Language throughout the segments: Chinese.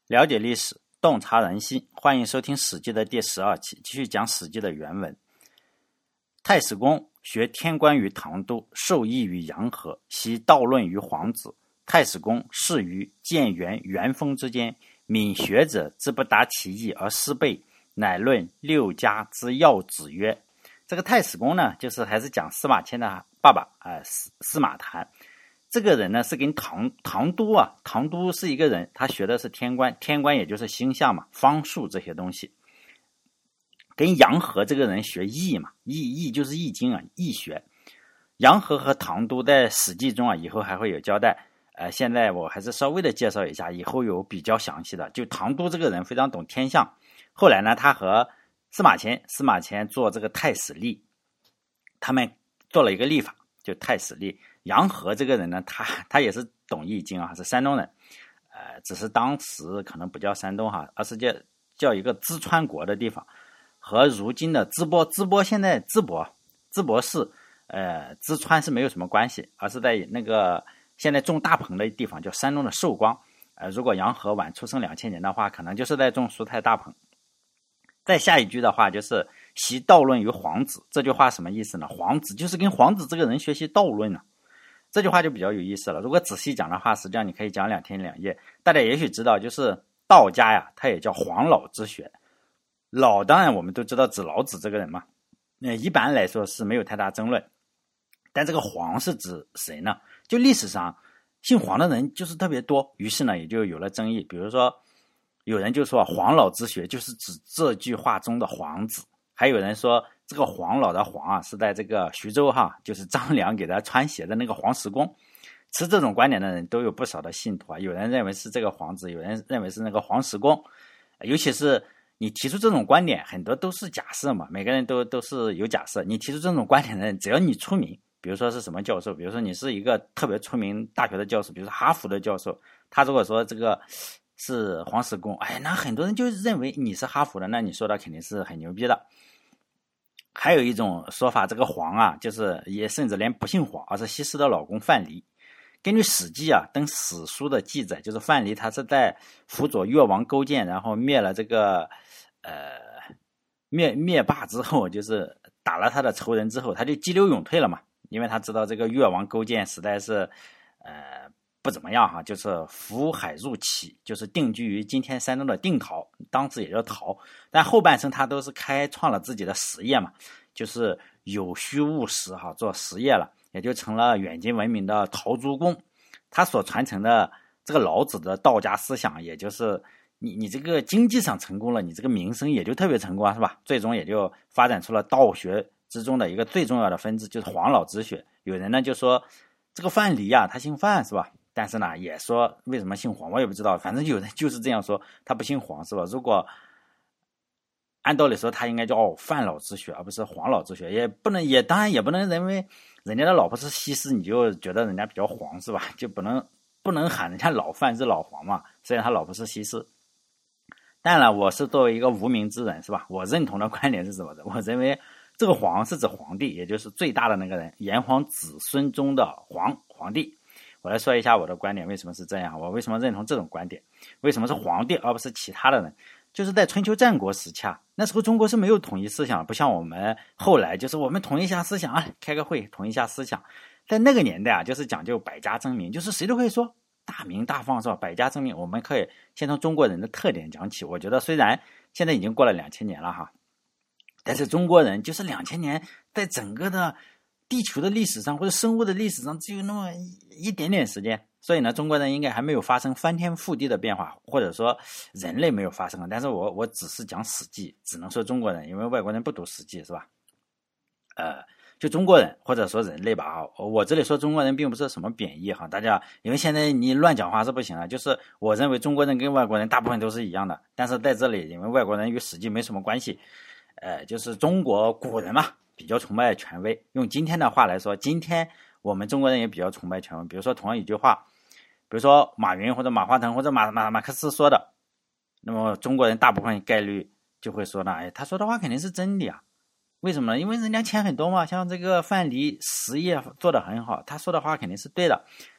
了解历史，洞察人心，欢迎收听《史记》的第12期，继续讲《史记》的原文。太史公学天官于唐都，受益于杨和，习道论于皇子。太史公仕于建元、元丰之间，敏学者之不达其意而失备，乃论六家之要旨曰。这个太史公呢，就是还是讲司马迁的爸爸司马谈。这个人呢是跟唐都是一个人，他学的是天官，天官也就是星象嘛，方术这些东西。跟杨和这个人学易嘛，易就是易经啊，易学。杨和和唐都在史记中啊，以后还会有交代。现在我还是稍微的介绍一下，以后有比较详细的。就唐都这个人非常懂天象，后来呢，他和司马迁做这个太史历，他们做了一个历法，就太史历。杨和这个人呢，他也是懂易经啊，是山东人，只是当时可能不叫山东哈，而是叫一个淄川国的地方，和如今的淄博现在淄博市，淄川是没有什么关系，而是在那个现在种大棚的地方，叫山东的寿光。如果杨和晚出生2000年的话，可能就是在种蔬菜大棚。再下一句的话就是习道论于皇子，这句话什么意思呢？皇子就是跟皇子这个人学习道论呢。这句话就比较有意思了。如果仔细讲的话，实际上你可以讲2天2夜。大家也许知道，就是道家呀，它也叫黄老之学。老当然我们都知道指老子这个人嘛，一般来说是没有太大争论。但这个黄是指谁呢？就历史上姓黄的人就是特别多，于是呢也就有了争议。比如说有人就说黄老之学就是指这句话中的皇子，还有人说这个黄老的黄啊是在这个徐州哈，就是张良给他穿鞋的那个黄石公。持这种观点的人都有不少的信徒啊，有人认为是这个皇子，有人认为是那个黄石公。尤其是你提出这种观点，很多都是假设嘛，每个人都是有假设。你提出这种观点的人，只要你出名，比如说是什么教授，比如说你是一个特别出名大学的教授，比如说哈佛的教授，他如果说这个是黄石公，那很多人就认为你是哈佛的，那你说的肯定是很牛逼的。还有一种说法，这个黄啊，就是也甚至连不姓黄，而是西施的老公范蠡。根据史记啊等史书的记载，就是范蠡他是在辅佐越王勾践，然后灭了这个灭霸之后，就是打了他的仇人之后，他就激流勇退了嘛，因为他知道这个越王勾践实在是不怎么样哈，就是浮海入齐，就是定居于今天山东的定陶，当时也叫陶。但后半生他都是开创了自己的实业嘛，就是有虚务实哈，做实业了，也就成了远近闻名的陶朱公。他所传承的这个老子的道家思想，也就是你这个经济上成功了，你这个民生也就特别成功啊，是吧？最终也就发展出了道学之中的一个最重要的分支，就是黄老之学。有人呢就说这个范蠡啊，他姓范是吧？但是呢，也说为什么姓黄，我也不知道。反正有人就是这样说，他不姓黄是吧？如果按道理说，他应该叫范老之学，而不是黄老之学。当然也不能认为人家的老婆是西施，你就觉得人家比较黄是吧？就不能喊人家老范是老黄嘛。虽然他老婆是西施，当然我是作为一个无名之人是吧？我认同的观点是什么的？我认为这个黄是指皇帝，也就是最大的那个人，炎黄子孙中的皇帝。我来说一下我的观点，为什么是这样？我为什么认同这种观点？为什么是皇帝而不是其他的人？就是在春秋战国时期啊，那时候中国是没有统一思想，不像我们后来就是我们统一一下思想啊，开个会统一一下思想。在那个年代啊，就是讲究百家争鸣，就是谁都可以说大鸣大放是吧？百家争鸣，我们可以先从中国人的特点讲起。我觉得虽然现在已经过了2000年了哈，但是中国人就是2000年，在整个的地球的历史上或者生物的历史上只有那么一点点时间，所以呢，中国人应该还没有发生翻天覆地的变化，或者说人类没有发生。但是我只是讲史记，只能说中国人，因为外国人不读史记是吧？就中国人或者说人类吧，我这里说中国人并不是什么贬义哈，大家因为现在你乱讲话是不行的，就是我认为中国人跟外国人大部分都是一样的，但是在这里因为外国人与史记没什么关系，就是中国古人嘛，比较崇拜权威。用今天的话来说，今天我们中国人也比较崇拜权威。比如说同样一句话，比如说马云或者马化腾或者马克思说的，那么中国人大部分概率就会说呢，他说的话肯定是真理啊。为什么呢？因为人家钱很多嘛，像这个范蠡实业做得很好，他说的话肯定是对的。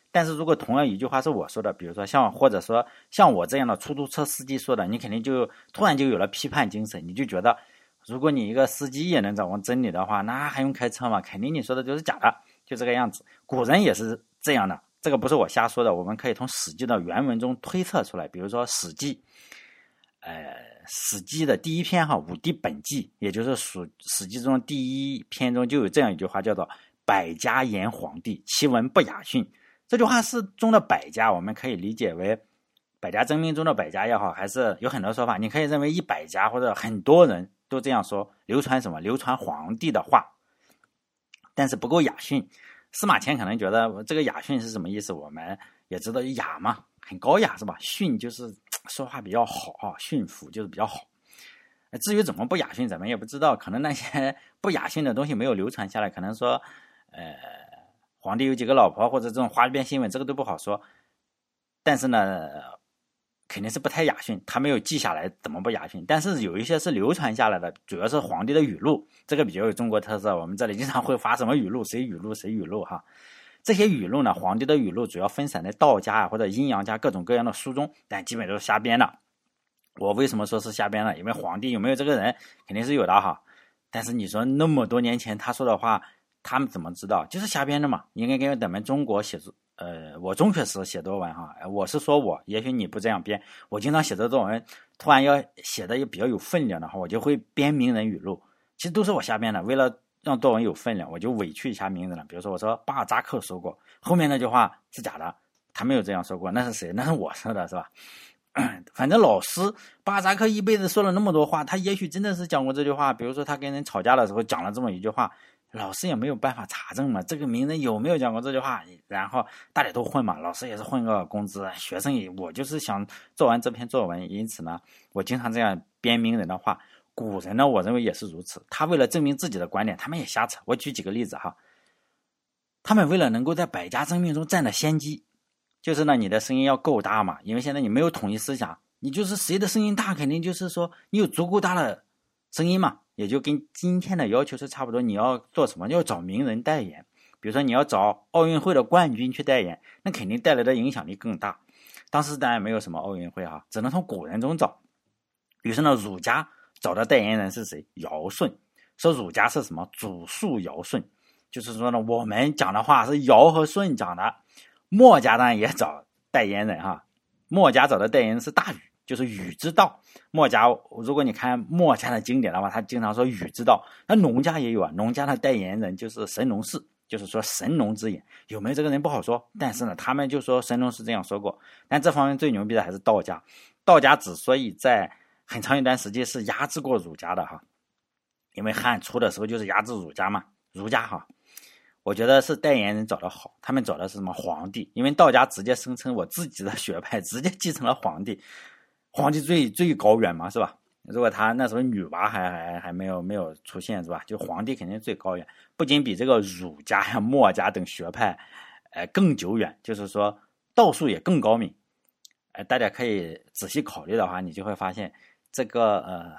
但是如果同样一句话是我说的，比如说或者说像我这样的出租车司机说的，你肯定就突然就有了批判精神，你就觉得如果你一个司机也能掌握真理的话，那还用开车吗？肯定你说的就是假的，就这个样子。古人也是这样的，这个不是我瞎说的，我们可以从《史记》的原文中推测出来。比如说《史记》，史记的第一篇武帝本纪，也就是史记中第一篇中就有这样一句话，叫做百家言皇帝，其文不雅训。这句话中的百家，我们可以理解为百家争鸣中的百家也好，还是有很多说法，你可以认为100家或者很多人都这样说，流传皇帝的话，但是不够雅训。司马迁可能觉得这个雅训是什么意思，我们也知道雅嘛，很高雅是吧？训就是说话比较好啊，驯服就是比较好。至于怎么不雅训咱们也不知道，可能那些不雅训的东西没有流传下来，可能说皇帝有几个老婆或者这种花边新闻，这个都不好说。但是呢肯定是不太雅训，他没有记下来怎么不雅训。但是有一些是流传下来的，主要是皇帝的语录，这个比较有中国特色，我们这里经常会发什么语录谁语录哈。这些语录呢，皇帝的语录主要分散在道家或者阴阳家各种各样的书中，但基本都是瞎编的。我为什么说是瞎编呢？因为皇帝有没有这个人肯定是有的哈，但是你说那么多年前他说的话，他们怎么知道？就是瞎编的嘛。应该跟咱们中国写作我中学时写作文哈，我是说也许你不这样编，我经常写的作文突然要写的也比较有分量的话，我就会编名人语录，其实都是我瞎编的，为了让作文有分量，我就委屈一下名人了。比如说我说巴尔扎克说过，后面那句话是假的，他没有这样说过，那是谁？那是我说的，是吧？反正老师巴尔扎克一辈子说了那么多话，他也许真的是讲过这句话。比如说他跟人吵架的时候讲了这么一句话，老师也没有办法查证嘛，这个名人有没有讲过这句话？然后大家都混嘛，老师也是混个工资，学生也，我就是想做完这篇作文，因此呢，我经常这样编名人的话。古人呢，我认为也是如此，他为了证明自己的观点，他们也瞎扯。我举几个例子哈，他们为了能够在百家争鸣中占了先机，就是呢，你的声音要够大嘛，因为现在你没有统一思想，你就是谁的声音大，肯定就是说你有足够大的声音嘛，也就跟今天的要求是差不多。你要做什么？要找名人代言，比如说你要找奥运会的冠军去代言，那肯定带来的影响力更大。当时当然没有什么奥运会哈，只能从古人中找。于是呢，儒家找的代言人是谁？尧舜。说儒家是什么？祖述尧舜，就是说呢，我们讲的话是尧和舜讲的。墨家当然也找代言人哈，墨家找的代言人是大禹，就是禹之道。墨家如果你看墨家的经典的话，他经常说禹之道。那农家也有啊，农家的代言人就是神农氏，就是说神农之眼，有没有这个人不好说，但是呢，他们就说神农氏这样说过。但这方面最牛逼的还是道家，道家之所以在很长一段时间是压制过儒家的哈，因为汉初的时候就是压制儒家嘛，儒家哈。我觉得是代言人找得好，他们找的是什么？皇帝。因为道家直接声称我自己的学派直接继承了皇帝，皇帝最高远嘛，是吧？如果他那时候女娲还没有出现，是吧？就皇帝肯定最高远，不仅比这个儒家呀、墨家等学派更久远，就是说道术也更高明。大家可以仔细考虑的话，你就会发现这个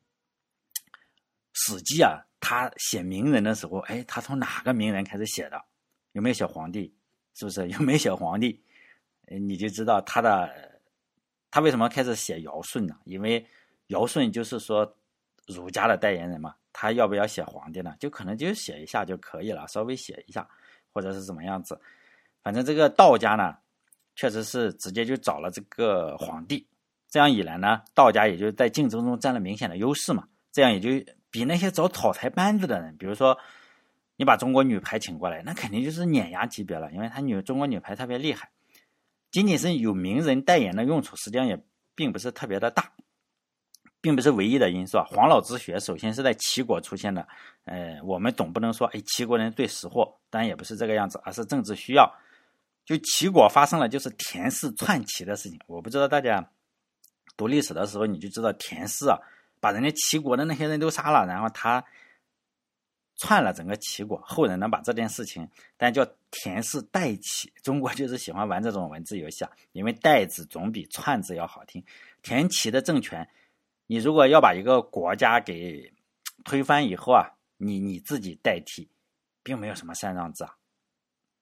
史记啊，他写名人的时候，他从哪个名人开始写的？有没有写皇帝？是不是有没有写皇帝？你就知道他为什么开始写尧舜呢？因为尧舜就是说儒家的代言人嘛，他要不要写皇帝呢？就可能就写一下就可以了，稍微写一下，或者是怎么样子。反正这个道家呢，确实是直接就找了这个皇帝，这样一来呢，道家也就在竞争中占了明显的优势嘛。这样也就比那些找草台班子的人，比如说你把中国女排请过来，那肯定就是碾压级别了，因为中国女排特别厉害。仅仅是有名人代言的用处，实际上也并不是特别的大，并不是唯一的因素啊。黄老之学首先是在齐国出现的，我们总不能说齐国人最识货，当然也不是这个样子，而是政治需要。就齐国发生了就是田氏篡齐的事情，我不知道大家读历史的时候你就知道田氏啊，把人家齐国的那些人都杀了，然后他篡了整个齐国，后人呢把这件事情但叫田氏代齐，中国就是喜欢玩这种文字游戏啊，因为代字总比篡字要好听。田齐的政权，你如果要把一个国家给推翻以后啊，你自己代替，并没有什么禅让制啊。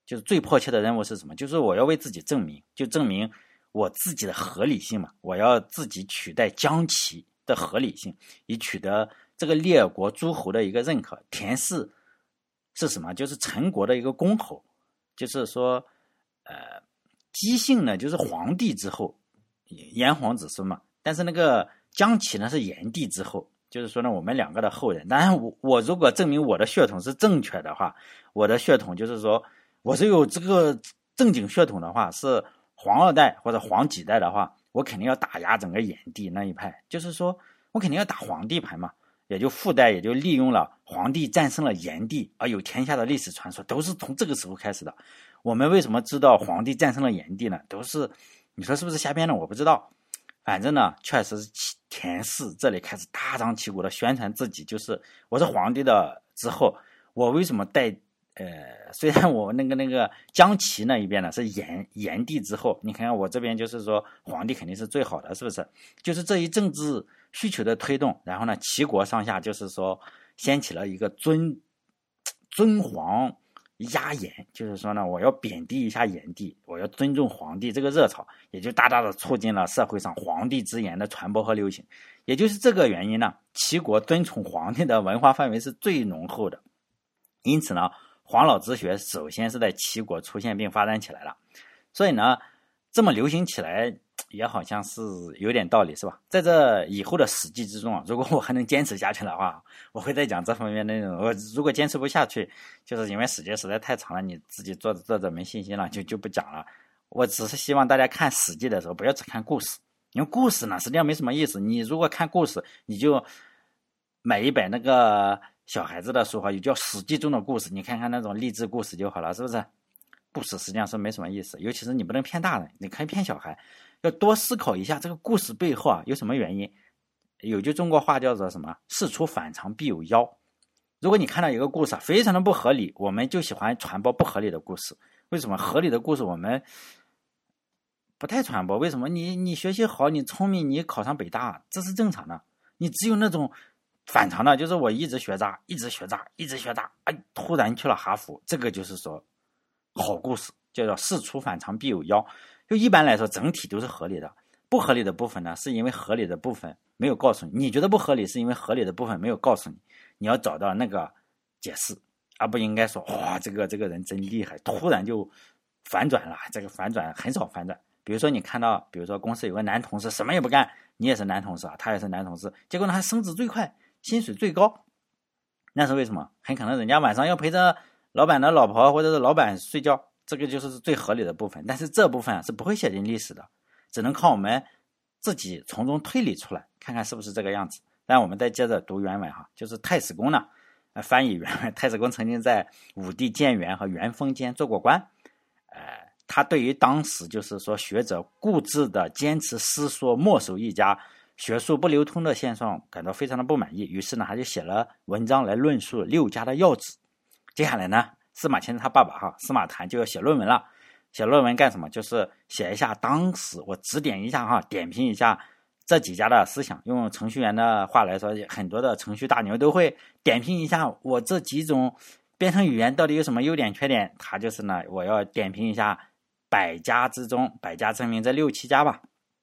就是最迫切的任务是什么？就是我要为自己证明，就证明我自己的合理性嘛，我要自己取代姜齐的合理性，以取得这个列国诸侯的一个认可。田氏是什么？就是陈国的一个公侯，就是说姬姓呢就是黄帝之后，炎黄子孙嘛，但是那个姜齐呢是炎帝之后，就是说呢我们两个的后人。当然我如果证明我的血统是正确的话，我的血统就是说我是有这个正经血统的话，是黄二代或者黄几代的话，我肯定要打压整个炎帝那一派，就是说我肯定要打黄帝牌嘛，也就附带也就利用了黄帝战胜了炎帝而有天下的历史传说，都是从这个时候开始的。我们为什么知道黄帝战胜了炎帝呢？都是你说是不是瞎编的？我不知道，反正呢确实是田氏这里开始大张旗鼓的宣传自己，就是我是皇帝的之后，我为什么带虽然我那个姜齐那一边呢是炎帝之后，你看看我这边就是说皇帝肯定是最好的，是不是？就是这一政治需求的推动，然后呢齐国上下就是说掀起了一个尊皇压炎，就是说呢我要贬低一下炎帝，我要尊重皇帝这个热潮，也就大大的促进了社会上皇帝之言的传播和流行。也就是这个原因呢，齐国尊崇皇帝的文化范围是最浓厚的，因此呢黄老之学首先是在齐国出现并发展起来了，所以呢这么流行起来也好像是有点道理，是吧？在这以后的史记之中啊，如果我还能坚持下去的话，我会再讲这方面的内容。我如果坚持不下去，就是因为史记实在太长了，你自己做着没信心了，就不讲了。我只是希望大家看史记的时候不要只看故事，因为故事呢实际上没什么意思。你如果看故事，你就买一本那个小孩子的书哈，有叫《史记》中的故事，你看看那种励志故事就好了，是不是？故事实际上是没什么意思，尤其是你不能骗大人，你可以骗小孩，要多思考一下这个故事背后啊有什么原因。有句中国话叫做什么？事出反常必有妖。如果你看到一个故事非常的不合理，我们就喜欢传播不合理的故事。为什么合理的故事我们不太传播？为什么你学习好，你聪明，你考上北大，这是正常的。你只有那种反常的，就是我一直学渣，突然去了哈佛，这个就是说好故事，叫做事出反常必有妖。就一般来说整体都是合理的，不合理的部分呢是因为合理的部分没有告诉你，你觉得不合理是因为合理的部分没有告诉你，你要找到那个解释，而不应该说哇这个人真厉害，突然就反转了。这个反转很少反转，比如说你看到比如说公司有个男同事什么也不干，你也是男同事啊，他也是男同事，结果呢还升职最快，薪水最高，那是为什么？很可能人家晚上要陪着老板的老婆或者是老板睡觉，这个就是最合理的部分。但是这部分是不会写进历史的，只能靠我们自己从中推理出来，看看是不是这个样子。但我们再接着读原文哈，就是太史公呢翻译原文。太史公曾经在武帝建元和元封间做过官，他对于当时就是说学者固执的坚持师说墨守一家，学术不流通的现状感到非常的不满意，于是呢他就写了文章来论述六家的要旨。接下来呢司马迁他爸爸司马谈就要写论文了。写论文干什么？就是写一下当时我指点一下点评一下这几家的思想。用程序员的话来说，很多的程序大牛都会点评一下我这几种编程语言到底有什么优点缺点。他就是呢我要点评一下100家之中，100家证明这6、7家吧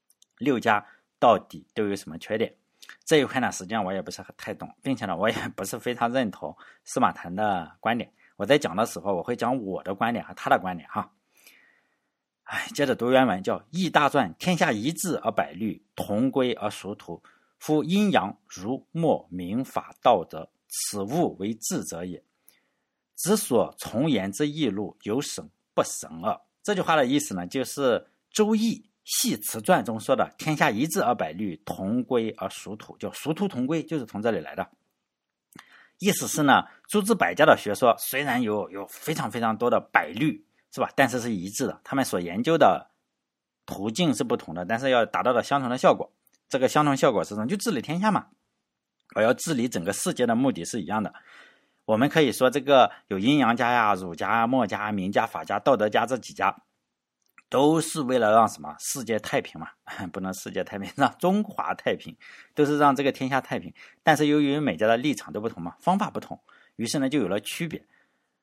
，6家到底都有什么缺点。这一块呢实际上我也不是太懂，并且呢我也不是非常认同司马谈的观点。我在讲的时候我会讲我的观点和他的观点哈。接着读原文，叫易大传，天下一致而百虑，同归而殊途。夫阴阳儒墨明法道德，此物为治者也。子所从言之义路，有省不省耳。这句话的意思呢，就是周易系辞传中说的天下一致而百虑，同归而殊途，叫殊途同归，就是从这里来的。意思是呢，诸子百家的学说虽然有非常非常多的百虑，是吧？但是是一致的，他们所研究的途径是不同的，但是要达到的相同的效果。这个相同效果是什么？就治理天下嘛。我要治理整个世界的目的是一样的。我们可以说这个有阴阳家呀、儒家、墨家、名家、法家、道德家这几家，都是为了让什么？世界太平嘛，不能世界太平，让中华太平，都是让这个天下太平。但是由于每家的立场都不同嘛，方法不同，于是呢就有了区别。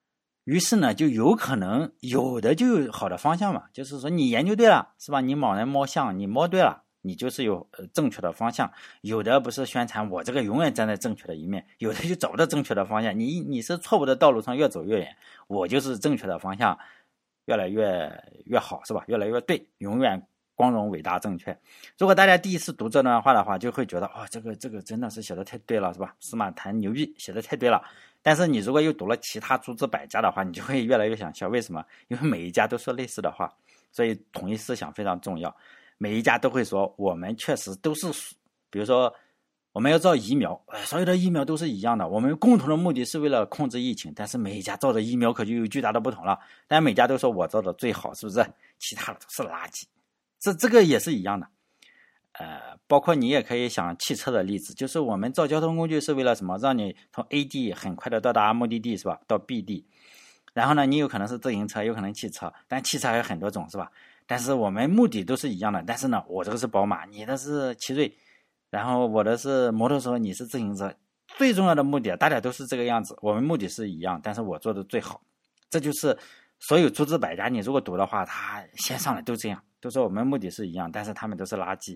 于是呢，就有可能有的就有好的方向嘛，就是说你研究对了，是吧？你盲人摸象，你摸对了，你就是有正确的方向。有的不是宣传我这个永远站在正确的一面，有的就找不到正确的方向，你是错误的道路上越走越远，我就是正确的方向，越来越好，是吧？越来越对，永远光荣伟大正确。如果大家第一次读这段话的话，就会觉得这个真的是写的太对了，是吧？司马谈牛逼，写的太对了。但是你如果又读了其他诸子百家的话，你就会越来越想笑。为什么？因为每一家都说类似的话，所以统一思想非常重要。每一家都会说我们确实都是，比如说我们要造疫苗，所有的疫苗都是一样的，我们共同的目的是为了控制疫情，但是每一家造的疫苗可就有巨大的不同了。但每家都说我造的最好，是不是？其他的都是垃圾。这个也是一样的。包括你也可以想汽车的例子，就是我们造交通工具是为了什么？让你从 A 地很快的到达目的地，是吧？到 B 地。然后呢，你有可能是自行车，有可能汽车，但汽车还有很多种，是吧？但是我们目的都是一样的。但是呢，我这个是宝马，你的是奇瑞，然后我的是摩托车，你是自行车。最重要的目的，大家都是这个样子，我们目的是一样，但是我做的最好。这就是所有诸子百家，你如果读的话，他先上来都这样，都说我们目的是一样，但是他们都是垃圾。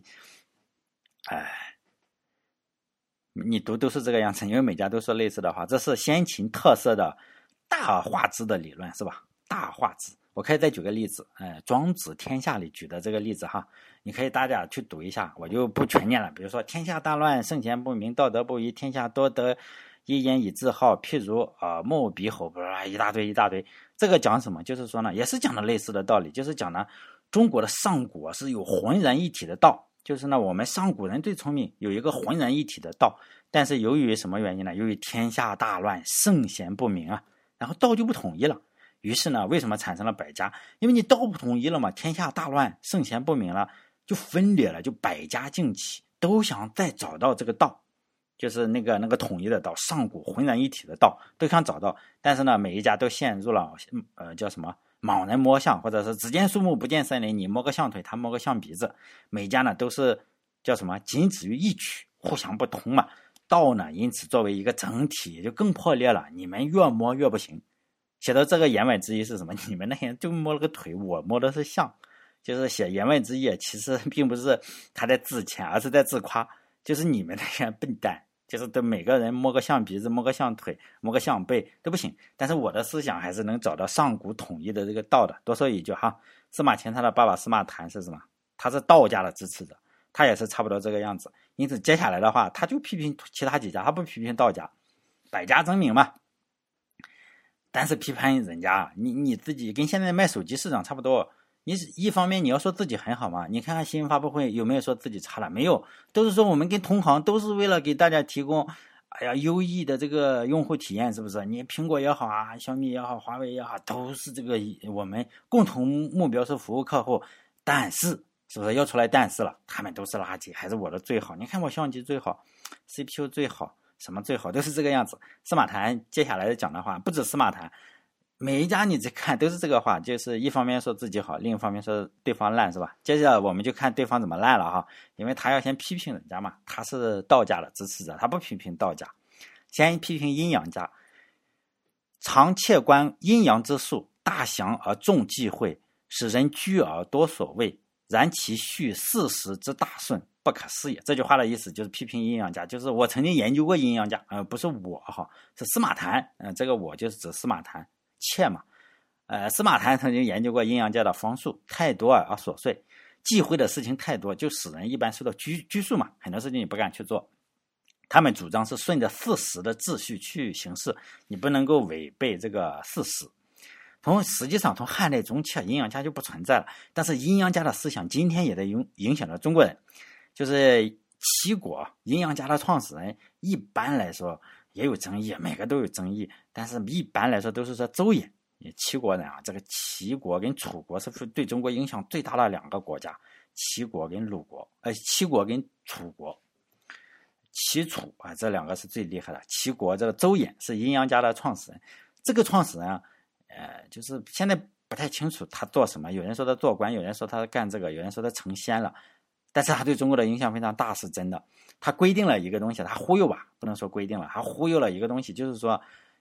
你读都是这个样子，因为每家都说类似的话，这是先秦特色的大化之的理论，是吧？大化之，我可以再举个例子，庄子天下里举的这个例子哈，你可以大家去读一下，我就不全念了。比如说天下大乱，圣贤不明，道德不一，天下多得一言以自好，譬如目鼻吼，一大堆。这个讲什么？就是说呢，也是讲的类似的道理，就是讲呢，中国的上古是有浑然一体的道。就是呢，我们上古人最聪明，有一个浑然一体的道，但是由于什么原因呢？由于天下大乱，圣贤不明啊，然后道就不统一了。于是呢，为什么产生了百家？因为你道不统一了嘛，天下大乱，圣贤不明了，就分裂了，就百家竞起，都想再找到这个道，就是那个统一的道，上古浑然一体的道，都想找到。但是呢，每一家都陷入了叫什么？盲人摸象，或者是只见树木不见森林，你摸个象腿，他摸个象鼻子。每家呢都是叫什么？仅止于一曲，互相不通嘛。道呢，因此作为一个整体就更破裂了。你们越摸越不行。写到这个言外之意是什么？你们那些人就摸了个腿，我摸的是象。就是写言外之意，其实并不是他在自谦，而是在自夸。就是你们那些笨蛋。就是对每个人摸个象鼻子，摸个象腿，摸个象背都不行。但是我的思想还是能找到上古统一的这个道的。多说一句哈，司马迁他的爸爸司马谈是什么？他是道家的支持者，他也是差不多这个样子。因此接下来的话，他就批评其他几家，他不批评道家，百家争鸣嘛。但是批判人家，你自己跟现在卖手机市场差不多。你一方面你要说自己很好嘛，你看看新闻发布会有没有说自己差了？没有，都是说我们跟同行都是为了给大家提供优异的这个用户体验，是不是？你苹果也好啊，小米也好，华为也好，都是这个我们共同目标是服务客户。但是是不是要出来但是了？他们都是垃圾，还是我的最好？你看我相机最好， CPU 最好，什么最好，都是这个样子。司马谈接下来讲的话，不止司马谈，每一家你再看都是这个话，就是一方面说自己好，另一方面说对方烂，是吧？接着我们就看对方怎么烂了哈，因为他要先批评人家嘛，他是道家的支持者，他不批评道家，先批评阴阳家。常窃观阴阳之术，大祥而众忌讳，使人居而多所谓，然其序事实之大顺，不可思也。这句话的意思就是批评阴阳家，就是我曾经研究过阴阳家，不是我哈，是司马谈，这个我就是指司马谈。切嘛，司马谈曾经研究过阴阳家的方术，太多而琐碎，忌讳的事情太多，就使人一般受到拘束嘛，很多事情你不敢去做。他们主张是顺着事实的秩序去行事，你不能够违背这个事实。实际上从汉代中期阴阳家就不存在了，但是阴阳家的思想今天也在影响着中国人。就是齐国阴阳家的创始人，一般来说也有争议，每个都有争议，但是一般来说都是说周衍。齐国人啊，这个齐国跟楚国是对中国影响最大的两个国家，齐国跟鲁国，齐国跟楚国，齐楚啊，这两个是最厉害的。齐国这个周衍是阴阳家的创始人，这个创始人啊，就是现在不太清楚他做什么，有人说他做官，有人说他干这个，有人说他成仙了，但是他对中国的影响非常大，是真的。他规定了一个东西，他忽悠吧，不能说规定了，他忽悠了一个东西，就是说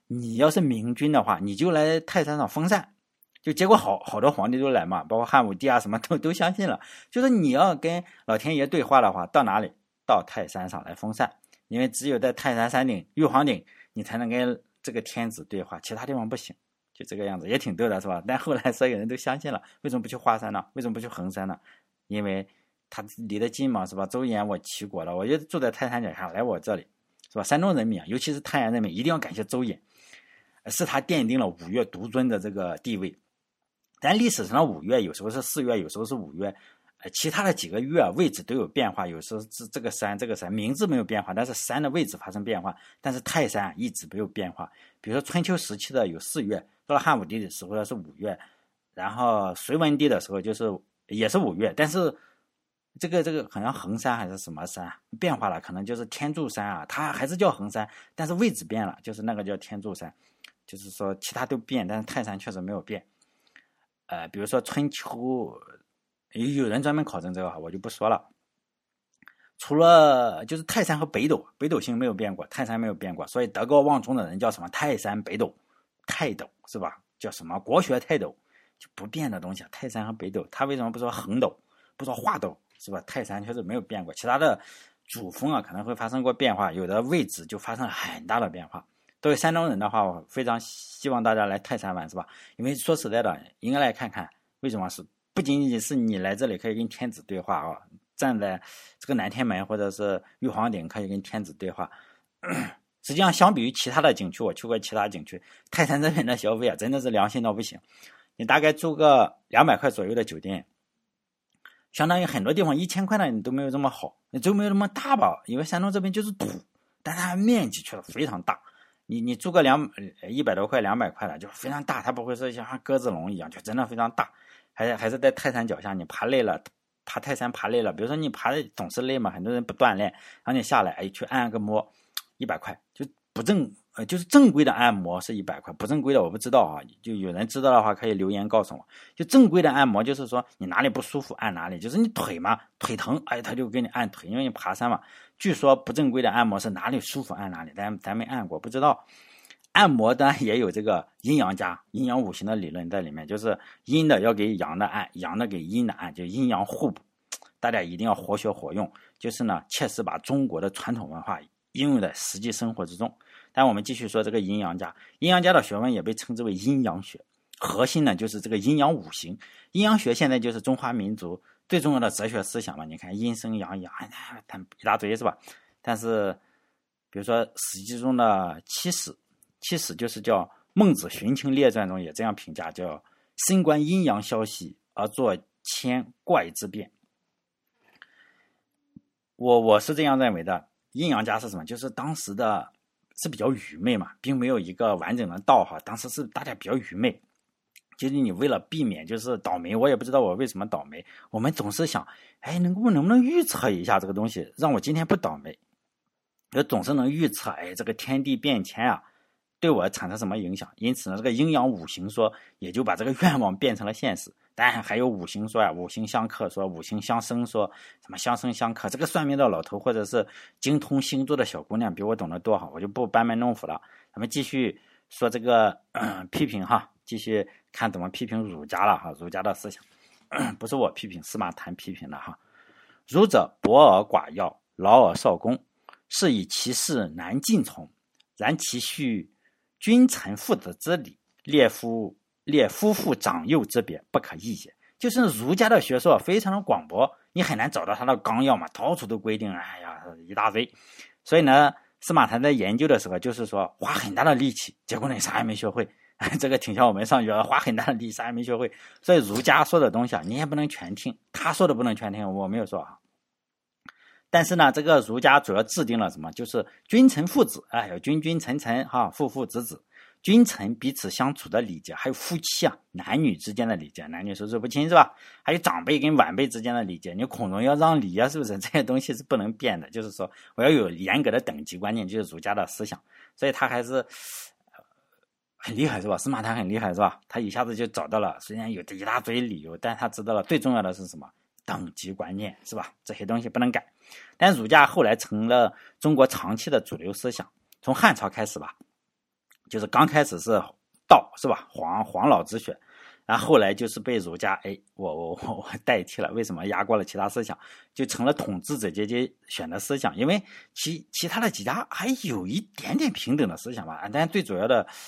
你要是明君的话，你就来泰山上封禅。就结果好多皇帝都来嘛，包括汉武帝啊什么都相信了。就是你要跟老天爷对话的话，到哪里？到泰山上来封禅，因为只有在泰山山顶、玉皇顶，你才能跟这个天子对话，其他地方不行。就这个样子，也挺逗的，是吧？但后来所有人都相信了，为什么不去华山呢？为什么不去衡山呢？因为他离得近嘛，是吧？周延我齐国了，我就住在泰山脚下，来我这里，是吧？山东人民啊，尤其是泰安人民，一定要感谢周延，是他奠定了五岳独尊的这个地位。但历史上的五岳有时候是4岳，有时候是5岳，其他的几个岳位置都有变化，有时候是这个山名字没有变化，但是山的位置发生变化。但是泰山一直没有变化。比如说春秋时期的有4岳，到了汉武帝的时候是5岳，然后隋文帝的时候也是5岳，但是这个好像衡山还是什么山变化了，可能就是天柱山啊，它还是叫衡山，但是位置变了，就是那个叫天柱山。就是说其他都变，但是泰山确实没有变。比如说春秋，有人专门考证这个，我就不说了。除了就是泰山和北斗星没有变过，泰山没有变过，所以德高望重的人叫什么泰山北斗，泰斗是吧？叫什么国学泰斗，就不变的东西。泰山和北斗，他为什么不说横斗，不说画斗，是吧？泰山确实没有变过，其他的主峰啊可能会发生过变化，有的位置就发生了很大的变化。作为山东人的话，我非常希望大家来泰山玩，是吧？因为说实在的，应该来看看为什么是不仅仅是你来这里可以跟天子对话啊，站在这个南天门或者是玉皇顶可以跟天子对话。实际上，相比于其他的景区，我去过其他景区，泰山这边的消费啊，真的是良心到不行。你大概住个200块左右的酒店，相当于很多地方1000块的你都没有这么好，你都没有那么大吧？因为山东这边就是土，但它面积却非常大。你住个100多块200块的就非常大，它不会说像鸽子笼一样，就真的非常大。还是在泰山脚下，你爬累了，爬泰山爬累了，比如说你爬总是累嘛，很多人不锻炼，然后你下来去按个摩，100块，就就是正规的按摩是100块，不正规的我不知道啊，就有人知道的话可以留言告诉我。就正规的按摩就是说你哪里不舒服按哪里，就是你腿嘛，腿疼，他就给你按腿，因为你爬山嘛。据说不正规的按摩是哪里舒服按哪里，咱没按过，不知道。按摩当然也有这个阴阳家、阴阳五行的理论在里面，就是阴的要给阳的按，阳的给阴的按，就阴阳互补。大家一定要活学活用，就是呢，切实把中国的传统文化应用在实际生活之中。但我们继续说这个阴阳家，阴阳家的学问也被称之为阴阳学，核心呢就是这个阴阳五行。阴阳学现在就是中华民族最重要的哲学思想嘛，你看阴生阳，阳一大堆是吧？但是比如说《史记》中的七史就是叫《孟子荀卿列传》中也这样评价，叫深观阴阳消息而作谦怪之辩。我是这样认为的，阴阳家是什么？就是当时的是比较愚昧嘛，并没有一个完整的道哈。当时是大家比较愚昧，就是你为了避免就是倒霉，我也不知道我为什么倒霉，我们总是想，能不能预测一下这个东西，让我今天不倒霉。我总是能预测，这个天地变迁啊，对我产生什么影响？因此呢，这个阴阳五行说也就把这个愿望变成了现实。当然还有五行说五行相克说，五行相生说，什么相生相克。这个算命的老头或者是精通星座的小姑娘比我懂得多哈，我就不班门弄斧了。咱们继续说这个批评哈，继续看怎么批评儒家了哈，儒家的思想不是我批评，司马谈批评的哈。儒者博而寡要，劳而少功，是以其事难尽从，然其序君臣父子之礼，列夫妇长幼之别，不可易也。就是儒家的学说非常的广博，你很难找到他的纲要嘛，到处都规定，一大堆。所以呢，司马谈在研究的时候，就是说花很大的力气，结果呢啥也没学会。这个挺像我们上学花很大的力气，啥也没学会。所以儒家说的东西你也不能全听，他说的不能全听，我没有说啊。但是呢，这个儒家主要制定了什么？就是君臣父子，有君君臣臣哈，父父子子，君臣彼此相处的礼节，还有夫妻男女之间的礼节，男女授受不亲是吧？还有长辈跟晚辈之间的礼节，你孔融要让梨是不是？这些东西是不能变的，就是说我要有严格的等级观念，就是儒家的思想。所以他还是很厉害是吧？司马谈很厉害是吧？他一下子就找到了，虽然有一大堆理由，但他知道了最重要的是什么？等级观念是吧？这些东西不能改。但儒家后来成了中国长期的主流思想，从汉朝开始吧， 就是刚开始是道是吧，黄老之学，然后后来就是被儒家我代替了，为什么压过了其他思想，就成了统治者阶级选的思想，因为其他的几家还有一点点平等的思想吧，但最主要的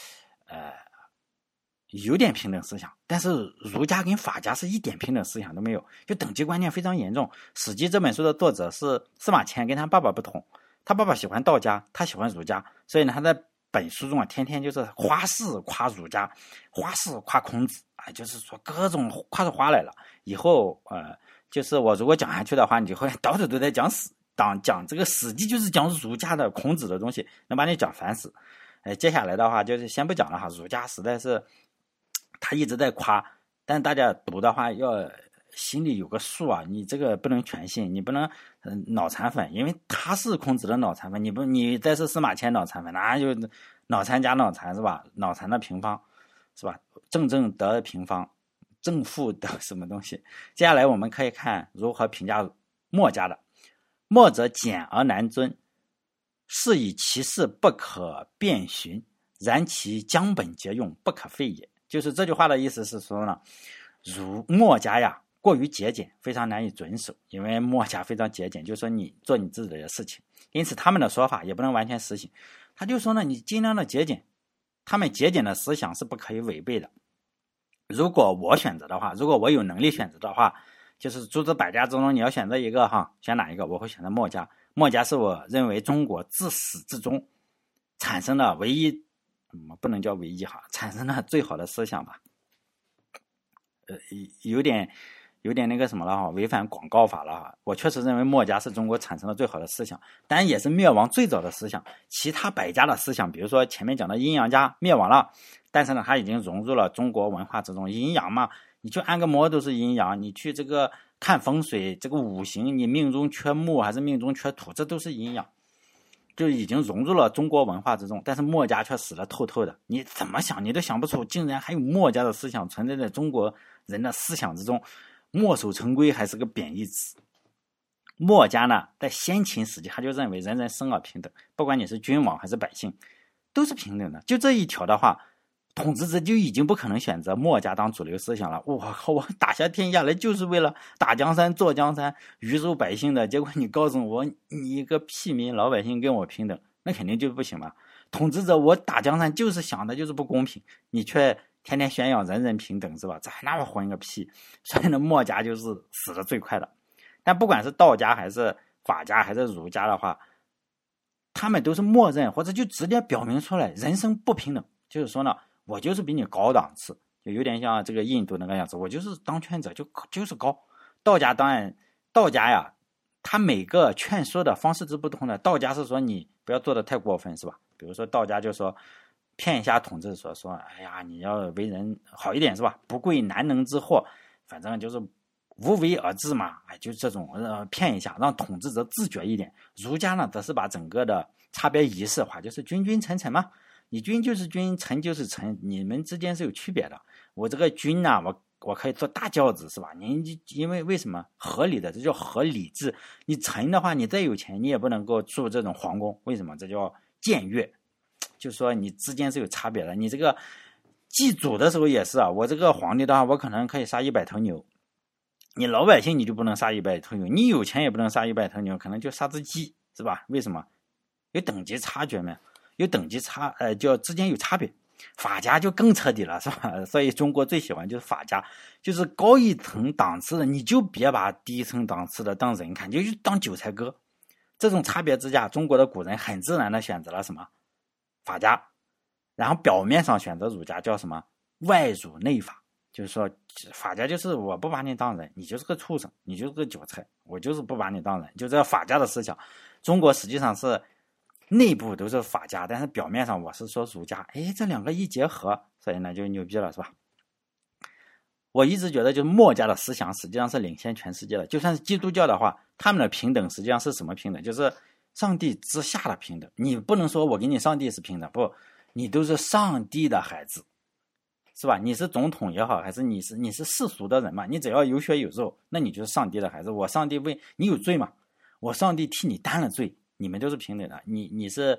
有点平等思想，但是儒家跟法家是一点平等思想都没有，就等级观念非常严重。《史记》这本书的作者是司马迁，跟他爸爸不同，他爸爸喜欢道家，他喜欢儒家，所以呢他在本书中天天就是花式夸儒家，花式夸孔子，就是说各种夸出花来了。以后就是我如果讲下去的话，你就会到处都在讲这个《史记》，就是讲儒家的孔子的东西，能把你讲烦死。接下来的话就是先不讲了哈，儒家实在是他一直在夸，但大家读的话要心里有个数啊，你这个不能全信，你不能脑残粉，因为他是孔子的脑残粉，你再是司马迁脑残粉，那就脑残加脑残是吧？脑残的平方是吧？正得平方，正负的什么东西？接下来我们可以看如何评价墨家的。墨者简而难遵，是以其事不可辨寻，然其将本节用，不可废也。就是这句话的意思是说呢，墨家呀过于节俭，非常难以遵守，因为墨家非常节俭，就是说你做你自己的事情，因此他们的说法也不能完全实行。他就说呢，你尽量的节俭，他们节俭的思想是不可以违背的。如果我选择的话，如果我有能力选择的话，就是诸子百家之中你要选择一个哈，选哪一个？我会选择墨家。墨家是我认为中国自始至终产生的唯一，不能叫唯一哈，产生了最好的思想吧。有点那个什么了哈，违反广告法了哈。我确实认为墨家是中国产生的最好的思想，但也是灭亡最早的思想。其他百家的思想，比如说前面讲的阴阳家灭亡了，但是呢，它已经融入了中国文化之中。阴阳嘛，你去按个摩都是阴阳，你去这个看风水，这个五行，你命中缺木还是命中缺土，这都是阴阳，就已经融入了中国文化之中。但是墨家却死得透透的，你怎么想你都想不出，竟然还有墨家的思想存在在中国人的思想之中。墨守成规还是个贬义词。墨家呢，在先秦时期他就认为人人生而平等，不管你是君王还是百姓都是平等的。就这一条的话，统治者就已经不可能选择墨家当主流思想了。我靠，我打下天下来就是为了打江山坐江山鱼肉百姓的，结果你告诉我你一个屁民老百姓跟我平等，那肯定就不行嘛。统治者我打江山就是想的就是不公平，你却天天宣扬人人平等是吧？这还那么混个屁！所以呢，墨家就是死的最快的。但不管是道家还是法家还是儒家的话，他们都是默认或者就直接表明出来人生不平等，就是说呢，我就是比你高档次，就有点像这个印度那个样子，我就是当权者就是高。道家当然，道家呀，他每个劝说的方式是不同的。道家是说你不要做的太过分是吧？比如说道家就说骗一下统治说哎呀，你要为人好一点是吧？不贵难能之货，反正就是无为而治嘛，就这种骗一下，让统治者自觉一点。儒家呢，则是把整个的差别仪式化，就是君君臣臣嘛，你君就是君，臣就是臣，你们之间是有区别的。我这个君呢，我可以做大轿子是吧？你因为什么合理的，这叫合理制。你臣的话，你再有钱，你也不能够住这种皇宫，为什么？这叫僭越。就说你之间是有差别的。你这个祭祖的时候也是啊，我这个皇帝的话，我可能可以杀100头牛，你老百姓你就不能杀100头牛，你有钱也不能杀100头牛，可能就杀只鸡是吧？为什么？有等级差距没？有等级差，就之间有差别。法家就更彻底了是吧？所以中国最喜欢就是法家，就是高一层档次的你就别把低一层档次的当人看，就当韭菜割。这种差别之下，中国的古人很自然的选择了什么？法家，然后表面上选择儒家，叫什么外儒内法，就是说法家就是我不把你当人，你就是个畜生，你就是个韭菜，我就是不把你当人，就这法家的思想。中国实际上是内部都是法家，但是表面上我是说儒家，这两个一结合，所以呢就牛逼了是吧？我一直觉得就是墨家的思想实际上是领先全世界的。就算是基督教的话，他们的平等实际上是什么平等？就是上帝之下的平等。你不能说我跟你上帝是平等，不，你都是上帝的孩子是吧？你是总统也好，还是你是世俗的人嘛，你只要有血有肉，那你就是上帝的孩子。我上帝为你有罪嘛，我上帝替你担了罪，你们都是平等的。你是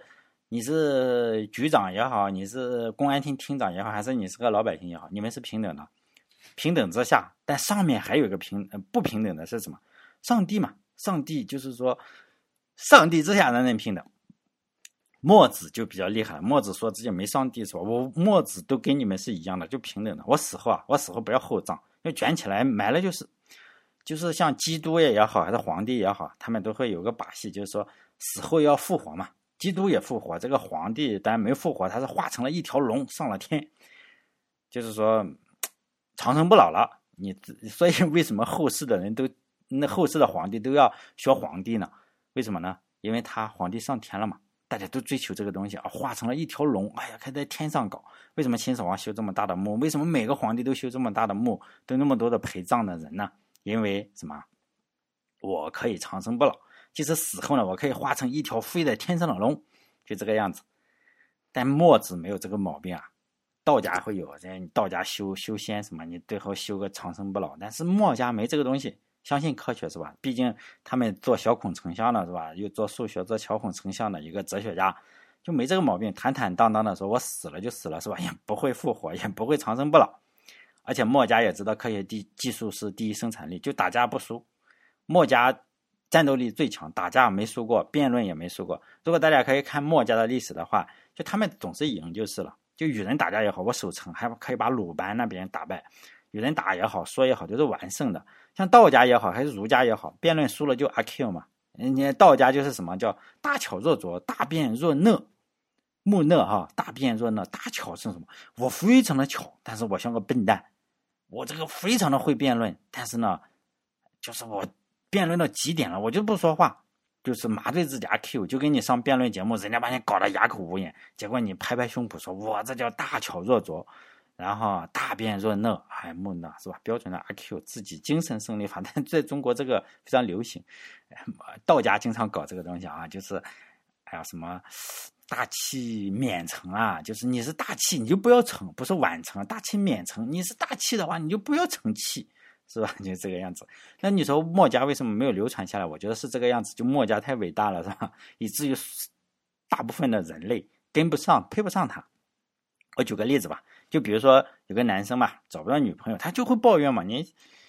你是局长也好，你是公安厅厅长也好，还是你是个老百姓也好，你们是平等的，平等之下，但上面还有一个不平等的是什么？上帝嘛，上帝就是说，上帝之下人人平等。墨子就比较厉害，墨子说自己没上帝是吧？我墨子都跟你们是一样的，就平等的。我死后不要厚葬，就卷起来埋了就是。就是像基督也好，还是皇帝也好，他们都会有个把戏，就是说死后要复活嘛。基督也复活，这个皇帝当然没复活，他是化成了一条龙上了天，就是说长生不老了。所以为什么后世的人后世的皇帝都要学皇帝呢？为什么呢？因为他皇帝上天了嘛，大家都追求这个东西啊，化成了一条龙，哎呀，开在天上搞。为什么秦始皇修这么大的墓？为什么每个皇帝都修这么大的墓，都那么多的陪葬的人呢？因为什么？我可以长生不老，即使死后呢，我可以化成一条飞在天上的龙，就这个样子。但墨子没有这个毛病啊，道家会有，道家修仙什么，你最后修个长生不老，但是墨家没这个东西，相信科学是吧？毕竟他们做小孔成像的是吧？又做数学做小孔成像的一个哲学家，就没这个毛病，坦坦荡荡的说，我死了就死了是吧？也不会复活，也不会长生不老。而且墨家也知道科学技术是第一生产力，就打架不输。墨家战斗力最强，打架没输过，辩论也没输过。如果大家可以看墨家的历史的话，就他们总是赢就是了。就与人打架也好，我守城还可以把鲁班那边打败。与人打也好，说也好，都是完胜的。像道家也好，还是儒家也好，辩论输了就阿 Q 嘛。人家道家就是什么叫大巧若拙，大辩若讷。木讷哈，大辩若讷，大巧是什么？我非常的巧，但是我像个笨蛋。我这个非常的会辩论，但是呢，就是我辩论到极点了，我就不说话，就是麻醉自己Q，就跟你上辩论节目，人家把你搞得哑口无言，结果你拍拍胸脯说，我这叫大巧若拙，然后大辩若讷，哎，木讷是吧？标准的Q，自己精神胜利法，但在中国这个非常流行，道家经常搞这个东西啊，就是还有什么大器免成啊，就是你是大器你就不要成，不是晚成，大器免成，你是大器的话你就不要成器，是吧？就这个样子。那你说墨家为什么没有流传下来？我觉得是这个样子，就墨家太伟大了，是吧？以至于大部分的人类跟不上，配不上他。我举个例子吧，就比如说有个男生嘛，找不到女朋友，他就会抱怨嘛，你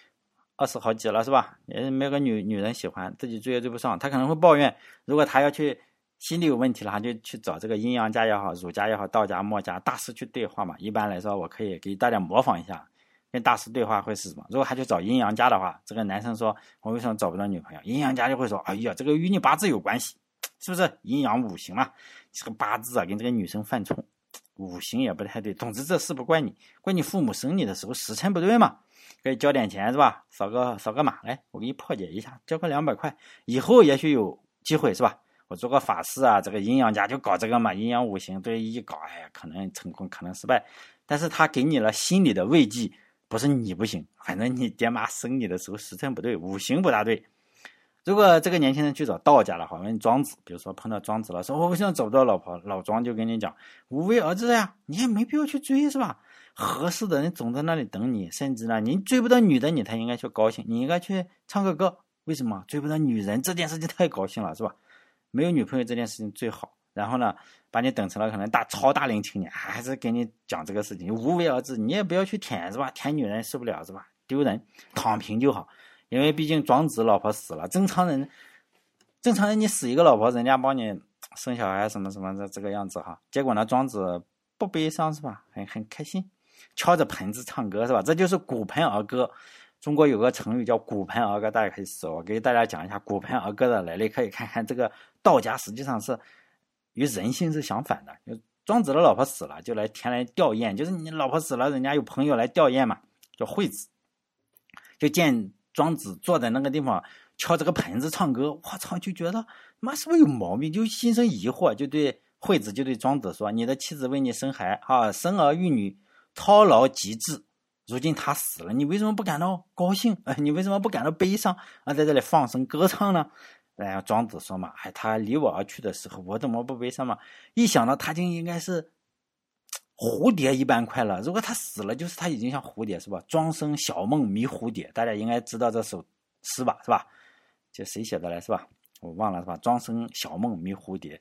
20好几了是吧？也没有个女人喜欢，自己追也追不上，他可能会抱怨，如果他要去心理有问题了，他就去找这个阴阳家也好，儒家也好，道家、墨家大师去对话嘛。一般来说，我可以给大家模仿一下，跟大师对话会是什么？如果他去找阴阳家的话，这个男生说：“我为什么找不到女朋友？”阴阳家就会说：“哎呀，这个与你八字有关系，是不是？阴阳五行嘛，这个八字啊跟这个女生犯冲，五行也不太对。总之这事不怪你，怪你父母生你的时候时辰不对嘛。可以交点钱是吧？扫个码，来，我给你破解一下，交个200块，以后也许有机会是吧？”我做个法师啊，这个阴阳家就搞这个嘛，阴阳五行对一搞，哎呀，可能成功，可能失败。但是他给你了心理的慰藉，不是你不行，反正你爹妈生你的时候时辰不对，五行不大对。如果这个年轻人去找道家的话，问庄子，比如说碰到庄子了，说我为什么找不到老婆？老庄就跟你讲，无为而治呀，你也没必要去追是吧？合适的人总在那里等你，甚至呢，你追不到女的，你才应该去高兴，你应该去唱个歌。为什么？追不到女人这件事情太高兴了是吧？没有女朋友这件事情最好，然后呢，把你等成了可能超大龄青年，还是给你讲这个事情，无为而治，你也不要去舔是吧？舔女人受不了是吧？丢人，躺平就好。因为毕竟庄子老婆死了，正常人你死一个老婆，人家帮你生小孩什么什么的这个样子哈。结果呢，庄子不悲伤是吧？很开心，敲着盆子唱歌是吧？这就是骨盆儿歌。中国有个成语叫骨盆儿歌，大家可以搜，我给大家讲一下骨盆儿歌的来历，可以看看这个道家实际上是与人性是相反的。就庄子的老婆死了，就来前来吊唁，就是你老婆死了，人家有朋友来吊唁嘛，叫惠子，就见庄子坐在那个地方敲这个盆子唱歌，我操，就觉得妈是不是有毛病，就心生疑惑，就对惠子就对庄子说，你的妻子为你生孩啊，生儿育女，操劳极致，如今他死了，你为什么不感到高兴？你为什么不感到悲伤啊？在这里放声歌唱呢？庄子说嘛，他离我而去的时候，我怎么不悲伤嘛？一想到他就应该是蝴蝶一般快乐，如果他死了，就是他已经像蝴蝶是吧？庄生晓梦迷蝴蝶，大家应该知道这首诗吧？是吧？这谁写的来是吧？我忘了是吧？庄生晓梦迷蝴蝶，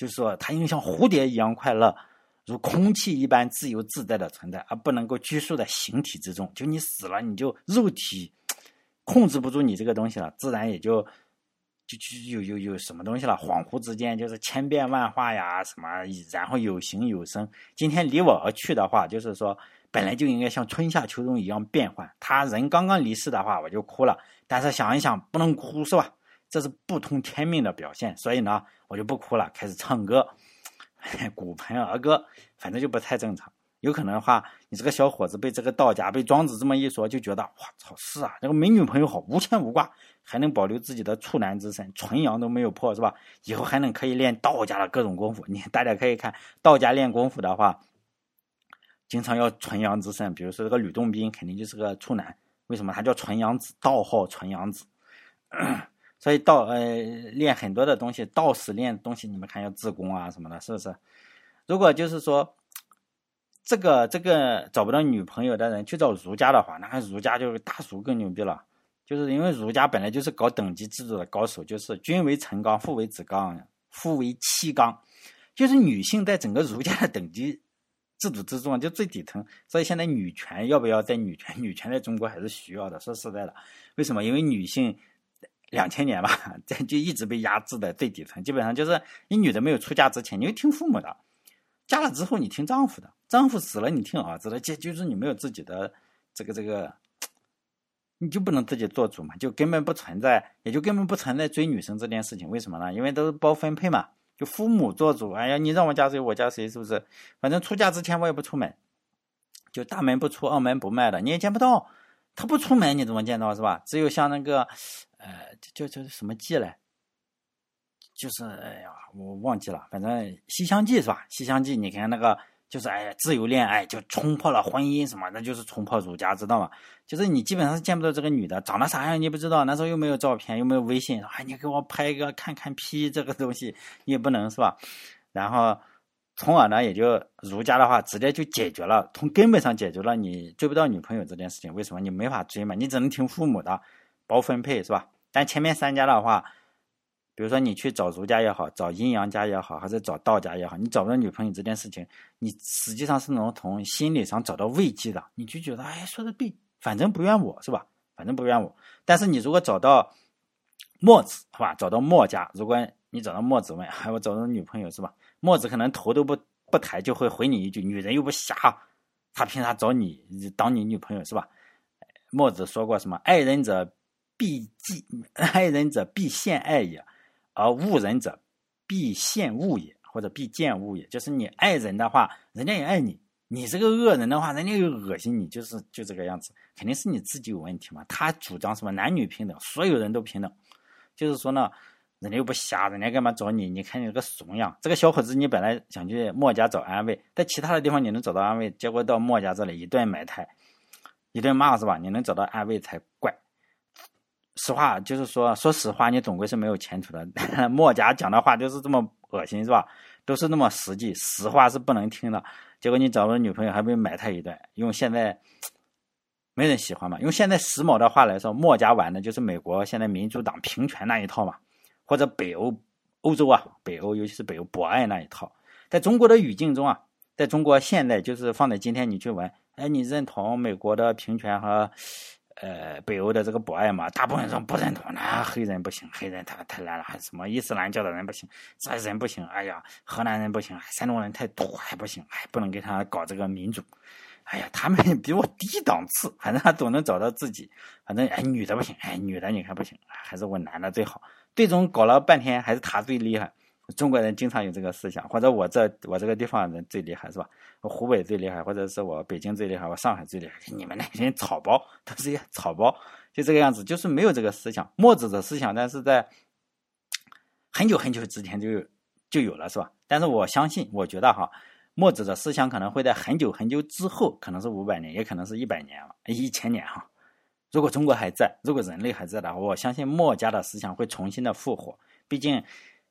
就是说它应像蝴蝶一样快乐，如空气一般自由自在的存在，而不能够拘束在形体之中。就你死了，你就肉体控制不住你这个东西了，自然也就有什么东西了，恍惚之间就是千变万化呀什么，然后有形有声。今天离我而去的话，就是说本来就应该像春夏秋冬一样变换。他人刚刚离世的话，我就哭了，但是想一想不能哭是吧？这是不通天命的表现，所以呢我就不哭了，开始唱歌，骨盆儿歌，反正就不太正常。有可能的话，你这个小伙子被这个道家被庄子这么一说，就觉得哇操，是啊，这个没女朋友好，无牵无挂，还能保留自己的处男之身，纯阳都没有破是吧？以后还能可以练道家的各种功夫。你大家可以看道家练功夫的话，经常要纯阳之身，比如说这个吕洞宾肯定就是个处男，为什么他叫纯阳子？道号纯阳子。所以练很多的东西，道士练东西，你们看要自宫啊什么的，是不是？如果就是说这个找不到女朋友的人去找儒家的话，那儒家就是大儒更牛逼了，就是因为儒家本来就是搞等级制度的高手，就是君为臣纲，父为子纲，夫为妻纲，就是女性在整个儒家的等级制度之中就最底层。所以现在女权要不要在女权在中国还是需要的。说实在的，为什么？因为女性2000年吧，就一直被压制的最底层，基本上就是你女的没有出嫁之前，你会听父母的。嫁了之后你听丈夫的，丈夫死了你听儿子的，就是你没有自己的这个，你就不能自己做主嘛，就根本不存在，也就根本不存在追女生这件事情。为什么呢？因为都是包分配嘛，就父母做主。哎呀，你让我嫁谁我嫁谁，是不是？反正出嫁之前我也不出门，就大门不出二门不迈的，你也见不到。他不出门你怎么见到是吧？只有像那个叫什么记来，就是哎呀我忘记了，反正西厢记是吧？西厢记你看那个就是哎呀自由恋爱就冲破了婚姻什么，那就是冲破儒家，知道吗？就是你基本上是见不到这个女的长得啥样你不知道，那时候又没有照片又没有微信，哎你给我拍一个看看 P 这个东西你也不能是吧？然后从而呢也就儒家的话直接就解决了，从根本上解决了你追不到女朋友这件事情。为什么？你没法追嘛，你只能听父母的包分配是吧？但前面3家的话，比如说你去找儒家也好，找阴阳家也好，还是找道家也好，你找不到女朋友这件事情，你实际上是能从心理上找到慰藉的。你就觉得哎说的对，反正不怨我是吧？反正不怨我。但是你如果找到墨子是吧？找到墨家，如果你找到墨子问我找到女朋友是吧？墨子可能头都不抬就会回你一句，女人又不瞎，他凭啥找你当你女朋友是吧？墨子说过什么？爱人者必现爱也，而恶人者必现恶也，或者必见恶也。就是你爱人的话，人家也爱你；你这个恶人的话，人家又恶心你，就这个样子。肯定是你自己有问题嘛。他主张什么男女平等，所有人都平等，就是说呢，人家又不瞎，人家干嘛找你？你看你这个怂样。这个小伙子，你本来想去墨家找安慰，在其他的地方你能找到安慰，结果到墨家这里一顿埋汰，一顿骂是吧？你能找到安慰才怪。实话就是说实话，你总归是没有前途的。墨家讲的话就是这么恶心是吧？都是那么实际，实话是不能听的。结果你找了女朋友还被埋汰一顿，用现在没人喜欢嘛。用现在时髦的话来说，墨家玩的就是美国现在民主党平权那一套嘛，或者北欧洲啊，北欧尤其是北欧博爱那一套。在中国的语境中啊，在中国现在就是放在今天你去问，哎，你认同美国的平权和北欧的这个博爱嘛？大部分人说不认同，那黑人不行，黑人他太烂了，还什么伊斯兰教的人不行，这人不行，哎呀，河南人不行，山东人太多还不行，不能给他搞这个民主。哎呀，他们比我低档次，反正他总能找到自己。反正女的不行，女的你看不行，还是我男的最好。最终搞了半天还是他最厉害。中国人经常有这个思想，或者我这个地方人最厉害是吧？我湖北最厉害，或者是我北京最厉害，我上海最厉害。你们那些草包都是些草包，就这个样子，就是没有这个思想。墨子的思想，但是在很久很久之前就有了是吧？但是我相信，我觉得哈，墨子的思想可能会在很久很久之后，可能是500年，也可能是100年了，1000年哈。如果中国还在，如果人类还在的话，我相信墨家的思想会重新的复活。毕竟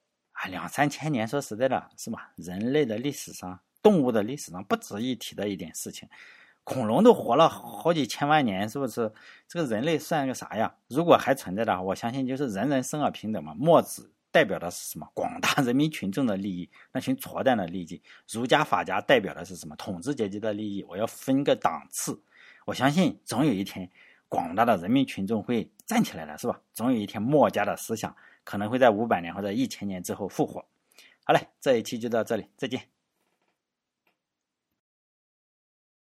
2-3千年，说实在的是吧？人类的历史上，动物的历史上不值一提的一点事情。恐龙都活了好几千万年，是不是？这个人类算个啥呀？如果还存在的话，我相信就是人人生而平等嘛。墨子代表的是什么？广大人民群众的利益，那群挫蛋的利益。儒家法家代表的是什么？统治阶级的利益。我要分个档次。我相信总有一天广大的人民群众会站起来了，是吧？总有一天墨家的思想可能会在500年或者1000年之后复活。好嘞，这一期就到这里，再见。